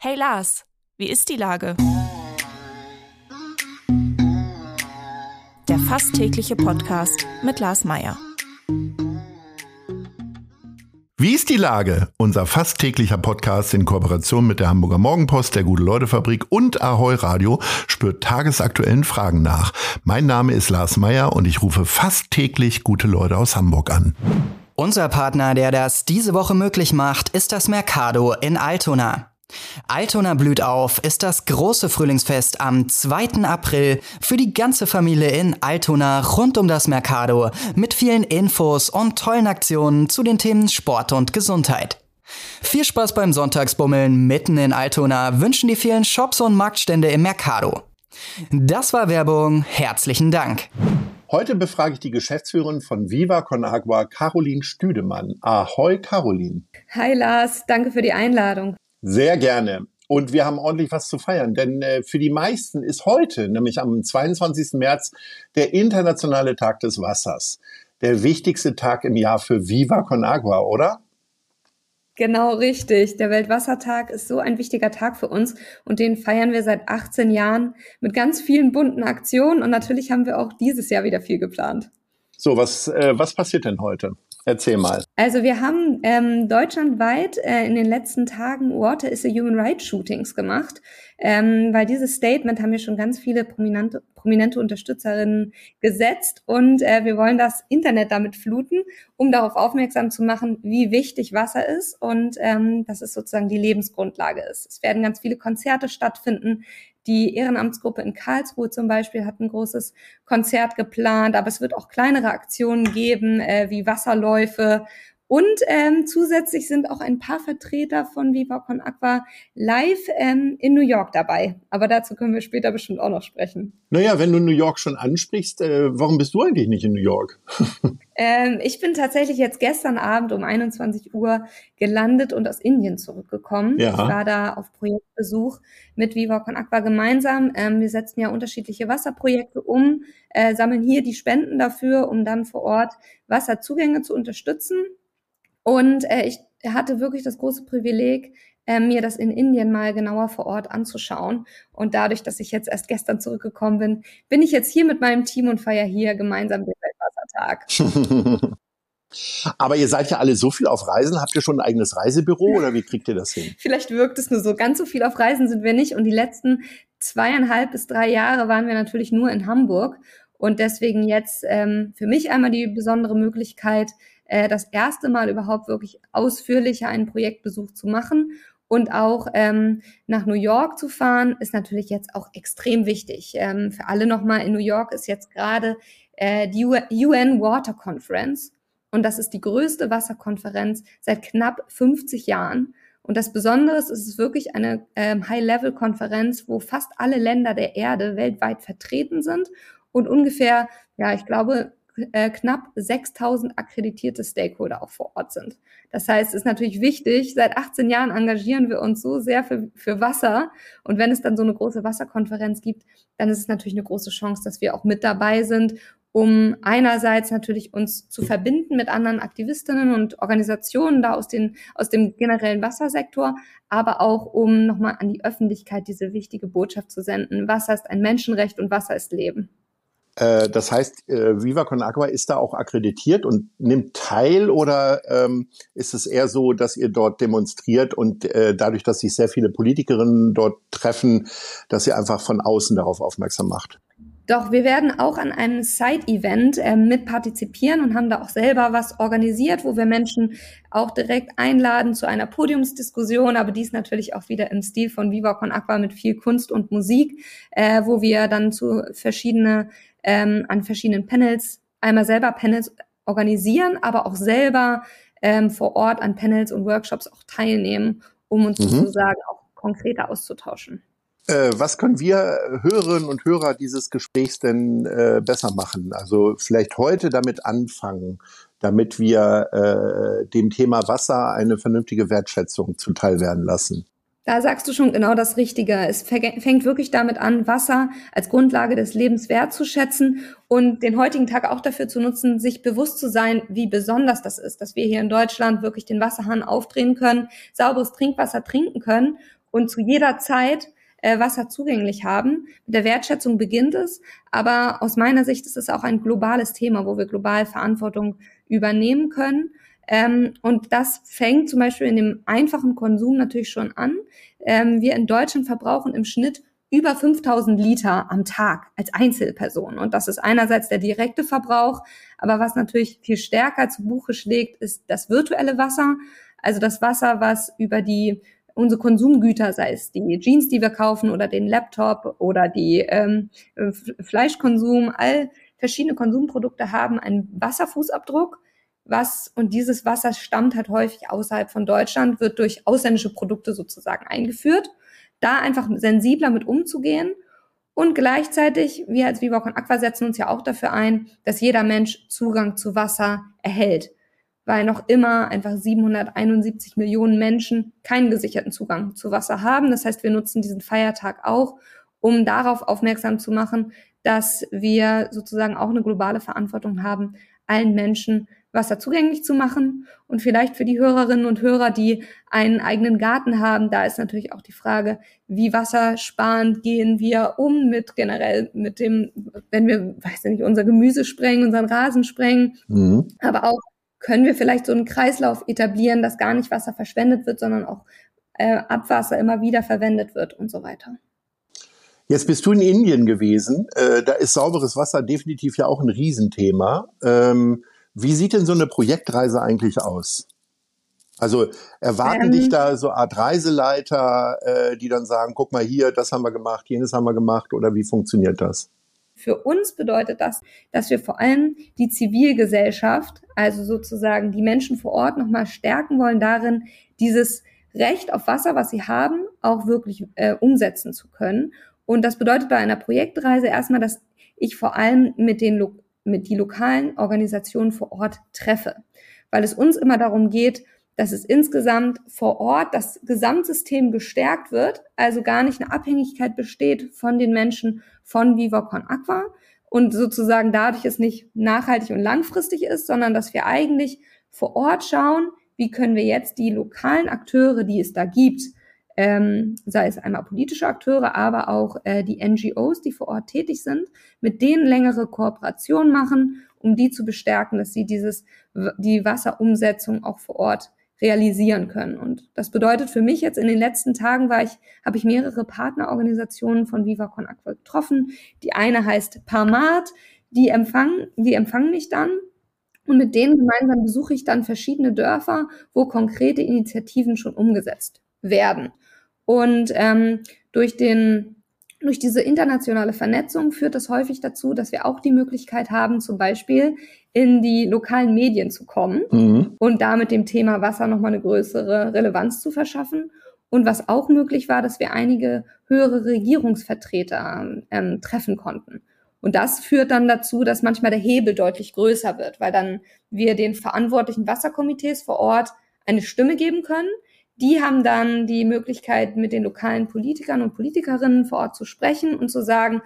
Hey Lars, wie ist die Lage? Der fast tägliche Podcast mit Lars Meyer. Wie ist die Lage? Unser fast täglicher Podcast in Kooperation mit der Hamburger Morgenpost, der Gute-Leute-Fabrik und Ahoi Radio spürt tagesaktuellen Fragen nach. Mein Name ist Lars Meyer und ich rufe fast täglich gute Leute aus Hamburg an. Unser Partner, der das diese Woche möglich macht, ist das Mercado in Altona. Altona blüht auf ist das große Frühlingsfest am 2. April für die ganze Familie in Altona rund um das Mercado mit vielen Infos und tollen Aktionen zu den Themen Sport und Gesundheit. Viel Spaß beim Sonntagsbummeln mitten in Altona wünschen die vielen Shops und Marktstände im Mercado. Das war Werbung, herzlichen Dank. Heute befrage ich die Geschäftsführerin von Viva Con Agua, Caroline Stüdemann. Ahoi, Caroline. Hi Lars, danke für die Einladung. Sehr gerne. Und wir haben ordentlich was zu feiern, denn für die meisten ist heute, nämlich am 22. März, der internationale Tag des Wassers. Der wichtigste Tag im Jahr für Viva Con Agua, oder? Genau richtig. Der Weltwassertag ist so ein wichtiger Tag für uns und den feiern wir seit 18 Jahren mit ganz vielen bunten Aktionen und natürlich haben wir auch dieses Jahr wieder viel geplant. So, was passiert denn heute? Erzähl mal. Also wir haben deutschlandweit in den letzten Tagen Water is a Human Rights Shootings gemacht, weil dieses Statement haben wir schon ganz viele prominente Unterstützerinnen gesetzt und wir wollen das Internet damit fluten, um darauf aufmerksam zu machen, wie wichtig Wasser ist und dass es sozusagen die Lebensgrundlage ist. Es werden ganz viele Konzerte stattfinden. Die Ehrenamtsgruppe in Karlsruhe zum Beispiel hat ein großes Konzert geplant, aber es wird auch kleinere Aktionen geben, wie Wasserläufe. Und zusätzlich sind auch ein paar Vertreter von Viva Con Agua live in New York dabei. Aber dazu können wir später bestimmt auch noch sprechen. Naja, wenn du New York schon ansprichst, warum bist du eigentlich nicht in New York? Ich bin tatsächlich jetzt gestern Abend um 21 Uhr gelandet und aus Indien zurückgekommen. Ja. Ich war da auf Projektbesuch mit Viva Con Agua gemeinsam. Wir setzen ja unterschiedliche Wasserprojekte um, sammeln hier die Spenden dafür, um dann vor Ort Wasserzugänge zu unterstützen. Und ich hatte wirklich das große Privileg, mir das in Indien mal genauer vor Ort anzuschauen. Und dadurch, dass ich jetzt erst gestern zurückgekommen bin, bin ich jetzt hier mit meinem Team und feiere hier gemeinsam den Weltwassertag. Aber ihr seid ja alle so viel auf Reisen. Habt ihr schon ein eigenes Reisebüro oder wie kriegt ihr das hin? Vielleicht wirkt es nur so. Ganz so viel auf Reisen sind wir nicht. Und die letzten 2,5 bis 3 Jahre waren wir natürlich nur in Hamburg. Und deswegen jetzt für mich einmal die besondere Möglichkeit, das erste Mal überhaupt wirklich ausführlicher einen Projektbesuch zu machen und auch nach New York zu fahren, ist natürlich jetzt auch extrem wichtig. Für alle nochmal, in New York ist jetzt gerade die UN Water Conference und das ist die größte Wasserkonferenz seit knapp 50 Jahren. Und das Besondere ist, es ist wirklich eine High-Level-Konferenz, wo fast alle Länder der Erde weltweit vertreten sind und ungefähr, ja, ich glaube, knapp 6.000 akkreditierte Stakeholder auch vor Ort sind. Das heißt, es ist natürlich wichtig, seit 18 Jahren engagieren wir uns so sehr für Wasser. Und wenn es dann so eine große Wasserkonferenz gibt, dann ist es natürlich eine große Chance, dass wir auch mit dabei sind, um einerseits natürlich uns zu verbinden mit anderen Aktivistinnen und Organisationen da aus dem generellen Wassersektor, aber auch um nochmal an die Öffentlichkeit diese wichtige Botschaft zu senden. Wasser ist ein Menschenrecht und Wasser ist Leben. Das heißt, Viva Con Agua ist da auch akkreditiert und nimmt teil oder ist es eher so, dass ihr dort demonstriert und dadurch, dass sich sehr viele Politikerinnen dort treffen, dass ihr einfach von außen darauf aufmerksam macht? Doch, wir werden auch an einem Side-Event mit partizipieren und haben da auch selber was organisiert, wo wir Menschen auch direkt einladen zu einer Podiumsdiskussion, aber dies natürlich auch wieder im Stil von Viva Con Agua mit viel Kunst und Musik, wo wir dann an verschiedenen Panels einmal selber Panels organisieren, aber auch selber vor Ort an Panels und Workshops auch teilnehmen, um uns sozusagen auch konkreter auszutauschen. Was können wir Hörerinnen und Hörer dieses Gesprächs denn besser machen? Also vielleicht heute damit anfangen, damit wir dem Thema Wasser eine vernünftige Wertschätzung zuteil werden lassen. Da sagst du schon genau das Richtige. Es fängt wirklich damit an, Wasser als Grundlage des Lebens wertzuschätzen und den heutigen Tag auch dafür zu nutzen, sich bewusst zu sein, wie besonders das ist, dass wir hier in Deutschland wirklich den Wasserhahn aufdrehen können, sauberes Trinkwasser trinken können und zu jeder Zeit Wasser zugänglich haben. Mit der Wertschätzung beginnt es, aber aus meiner Sicht ist es auch ein globales Thema, wo wir global Verantwortung übernehmen können. Und das fängt zum Beispiel in dem einfachen Konsum natürlich schon an. Wir in Deutschland verbrauchen im Schnitt über 5.000 Liter am Tag als Einzelperson. Und das ist einerseits der direkte Verbrauch, aber was natürlich viel stärker zu Buche schlägt, ist das virtuelle Wasser. Also das Wasser, was über unsere Konsumgüter, sei es die Jeans, die wir kaufen oder den Laptop oder die Fleischkonsum, all verschiedene Konsumprodukte haben einen Wasserfußabdruck. Und dieses Wasser stammt halt häufig außerhalb von Deutschland, wird durch ausländische Produkte sozusagen eingeführt. Da einfach sensibler mit umzugehen und gleichzeitig, wir als Viva Con Aqua setzen uns ja auch dafür ein, dass jeder Mensch Zugang zu Wasser erhält, weil noch immer einfach 771 Millionen Menschen keinen gesicherten Zugang zu Wasser haben. Das heißt, wir nutzen diesen Feiertag auch, um darauf aufmerksam zu machen, dass wir sozusagen auch eine globale Verantwortung haben, allen Menschen Wasser zugänglich zu machen. Und vielleicht für die Hörerinnen und Hörer, die einen eigenen Garten haben, da ist natürlich auch die Frage, wie wassersparend gehen wir um generell mit dem, wenn wir, unser Gemüse sprengen, unseren Rasen sprengen. Aber auch können wir vielleicht so einen Kreislauf etablieren, dass gar nicht Wasser verschwendet wird, sondern auch Abwasser immer wieder verwendet wird und so weiter. Jetzt bist du in Indien gewesen. Da ist sauberes Wasser definitiv ja auch ein Riesenthema. Wie sieht denn so eine Projektreise eigentlich aus? Also erwarten dich da so eine Art Reiseleiter, die dann sagen, guck mal hier, das haben wir gemacht, jenes haben wir gemacht, oder wie funktioniert das? Für uns bedeutet das, dass wir vor allem die Zivilgesellschaft, also sozusagen die Menschen vor Ort nochmal stärken wollen darin, dieses Recht auf Wasser, was sie haben, auch wirklich umsetzen zu können. Und das bedeutet bei einer Projektreise erstmal, dass ich vor allem mit die lokalen Organisationen vor Ort treffe, weil es uns immer darum geht, dass es insgesamt vor Ort das Gesamtsystem gestärkt wird, also gar nicht eine Abhängigkeit besteht von den Menschen von Viva Con Aqua und sozusagen dadurch es nicht nachhaltig und langfristig ist, sondern dass wir eigentlich vor Ort schauen, wie können wir jetzt die lokalen Akteure, die es da gibt, sei es einmal politische Akteure, aber auch die NGOs, die vor Ort tätig sind, mit denen längere Kooperationen machen, um die zu bestärken, dass sie die Wasserumsetzung auch vor Ort realisieren können. Und das bedeutet für mich jetzt in den letzten Tagen habe ich mehrere Partnerorganisationen von Viva Con Aqua getroffen. Die eine heißt Parmat, die empfangen mich dann. Und mit denen gemeinsam besuche ich dann verschiedene Dörfer, wo konkrete Initiativen schon umgesetzt werden. Und durch diese internationale Vernetzung führt das häufig dazu, dass wir auch die Möglichkeit haben, zum Beispiel in die lokalen Medien zu kommen und damit dem Thema Wasser nochmal eine größere Relevanz zu verschaffen. Und was auch möglich war, dass wir einige höhere Regierungsvertreter treffen konnten. Und das führt dann dazu, dass manchmal der Hebel deutlich größer wird, weil dann wir den verantwortlichen Wasserkomitees vor Ort eine Stimme geben können. Die haben dann die Möglichkeit, mit den lokalen Politikern und Politikerinnen vor Ort zu sprechen und zu sagen,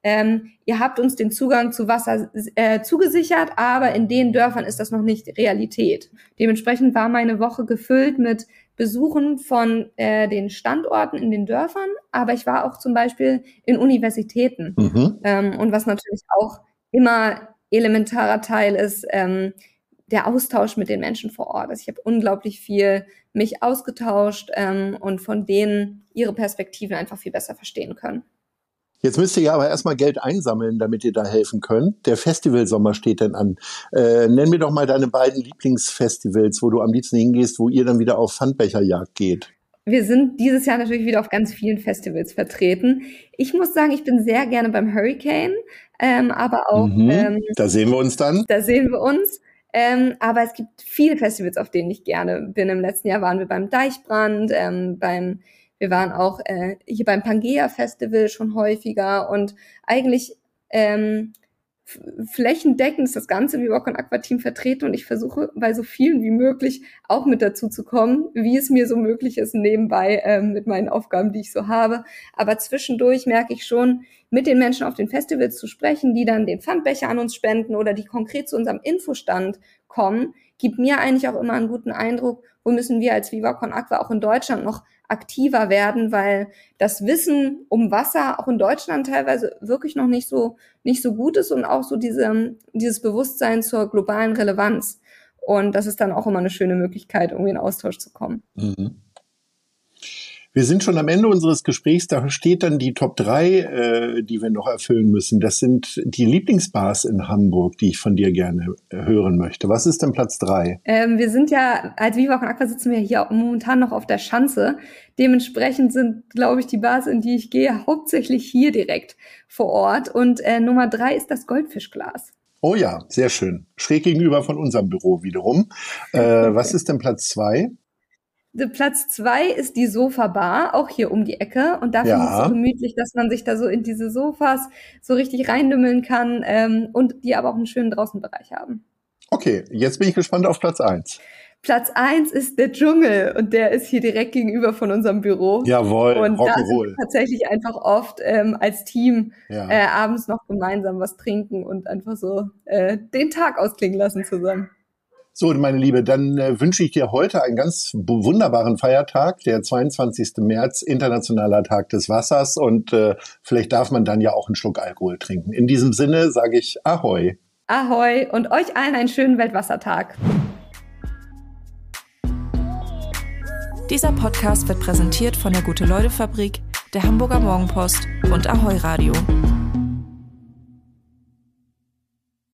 ihr habt uns den Zugang zu Wasser zugesichert, aber in den Dörfern ist das noch nicht Realität. Dementsprechend war meine Woche gefüllt mit Besuchen von den Standorten in den Dörfern, aber ich war auch zum Beispiel in Universitäten. Und was natürlich auch immer elementarer Teil ist, der Austausch mit den Menschen vor Ort. Also ich habe unglaublich viel mich ausgetauscht und von denen ihre Perspektiven einfach viel besser verstehen können. Jetzt müsst ihr ja aber erstmal Geld einsammeln, damit ihr da helfen könnt. Der Festivalsommer steht denn an. Nenn mir doch mal deine beiden Lieblingsfestivals, wo du am liebsten hingehst, wo ihr dann wieder auf Pfandbecherjagd geht. Wir sind dieses Jahr natürlich wieder auf ganz vielen Festivals vertreten. Ich muss sagen, ich bin sehr gerne beim Hurricane, aber auch... Da sehen wir uns dann. Da sehen wir uns. Aber es gibt viele Festivals, auf denen ich gerne bin. Im letzten Jahr waren wir beim Deichbrand, wir waren auch hier beim Pangea Festival schon häufiger und eigentlich flächendeckend ist das ganze Viva Con Aqua Team vertreten und ich versuche bei so vielen wie möglich auch mit dazu zu kommen, wie es mir so möglich ist nebenbei mit meinen Aufgaben, die ich so habe. Aber zwischendurch merke ich schon, mit den Menschen auf den Festivals zu sprechen, die dann den Pfandbecher an uns spenden oder die konkret zu unserem Infostand kommen, gibt mir eigentlich auch immer einen guten Eindruck, wo müssen wir als Viva Con Aqua auch in Deutschland noch aktiver werden, weil das Wissen um Wasser auch in Deutschland teilweise wirklich noch nicht so gut ist und auch so dieses Bewusstsein zur globalen Relevanz. Und das ist dann auch immer eine schöne Möglichkeit, irgendwie in Austausch zu kommen. Mhm. Wir sind schon am Ende unseres Gesprächs, da steht dann die Top 3, die wir noch erfüllen müssen. Das sind die Lieblingsbars in Hamburg, die ich von dir gerne hören möchte. Was ist denn Platz 3? Wir sind ja, als Viva Con Aqua sitzen wir hier momentan noch auf der Schanze. Dementsprechend sind, glaube ich, die Bars, in die ich gehe, hauptsächlich hier direkt vor Ort. Und Nummer 3 ist das Goldfischglas. Oh ja, sehr schön. Schräg gegenüber von unserem Büro wiederum. Was ist denn Platz 2? Platz 2 ist die Sofa-Bar, auch hier um die Ecke. Und da finde ich es so gemütlich, dass man sich da so in diese Sofas so richtig reindümmeln kann und die aber auch einen schönen Draußenbereich haben. Okay, jetzt bin ich gespannt auf Platz 1. Platz 1 ist der Dschungel und der ist hier direkt gegenüber von unserem Büro. Jawohl, und da sind wir tatsächlich einfach oft als Team abends noch gemeinsam was trinken und einfach so den Tag ausklingen lassen zusammen. So, meine Liebe, dann wünsche ich dir heute einen ganz wunderbaren Feiertag, der 22. März, Internationaler Tag des Wassers. Und vielleicht darf man dann ja auch einen Schluck Alkohol trinken. In diesem Sinne sage ich Ahoi. Ahoi und euch allen einen schönen Weltwassertag. Dieser Podcast wird präsentiert von der Gute-Leute-Fabrik, der Hamburger Morgenpost und Ahoi Radio.